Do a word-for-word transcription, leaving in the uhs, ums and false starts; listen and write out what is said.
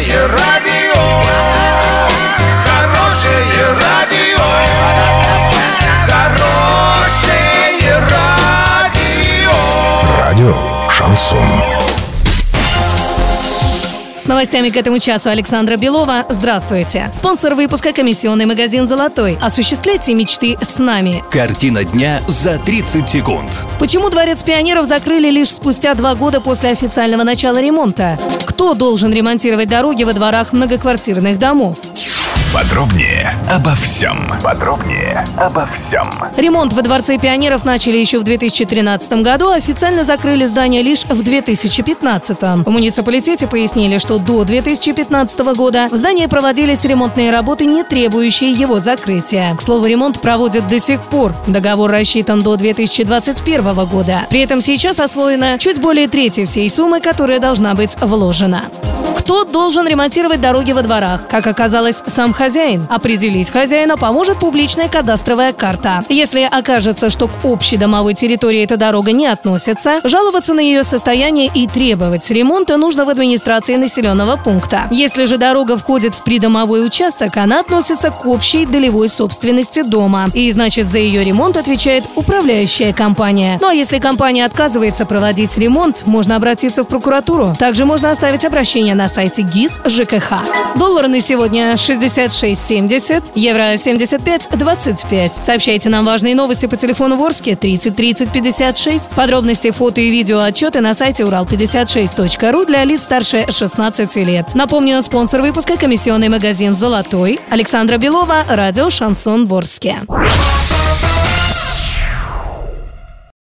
Хорошее радио, хорошее радио, хорошее радио. Радио Шансон. С новостями к этому часу Александра Белова. Здравствуйте. Спонсор выпуска — комиссионный магазин «Золотой». Осуществляйте мечты с нами. Картина дня за тридцать секунд. Почему Дворец пионеров закрыли лишь спустя два года после официального начала ремонта? Кто должен ремонтировать дороги во дворах многоквартирных домов? Подробнее обо всем. Подробнее обо всем. Ремонт во Дворце пионеров начали еще в две тысячи тринадцатом году, а официально закрыли здание лишь в две тысячи пятнадцатом. В муниципалитете пояснили, что до две тысячи пятнадцатого года в здании проводились ремонтные работы, не требующие его закрытия. К слову, ремонт проводят до сих пор. Договор рассчитан до две тысячи двадцать первого года. При этом сейчас освоено чуть более трети всей суммы, которая должна быть вложена. Кто должен ремонтировать дороги во дворах? Как оказалось, сам хозяин. Определить хозяина поможет публичная кадастровая карта. Если окажется, что к общей домовой территории эта дорога не относится, жаловаться на ее состояние и требовать ремонта нужно в администрации населенного пункта. Если же дорога входит в придомовой участок, она относится к общей долевой собственности дома. И значит, за ее ремонт отвечает управляющая компания. Ну а если компания отказывается проводить ремонт, можно обратиться в прокуратуру. Также можно оставить обращение на сайте ГИС ЖКХ. Доллар на сегодня шестьдесят шесть семьдесят, евро семьдесят пять двадцать пять. Сообщайте нам важные новости по телефону Ворске тридцать тридцать пятьдесят шесть. Подробности, фото и видео отчеты на сайте урал пятьдесят шесть точка ру для лиц старше шестнадцати лет. Напомню, спонсор выпуска — комиссионный магазин «Золотой». Александра Белова, радио «Шансон» Ворске.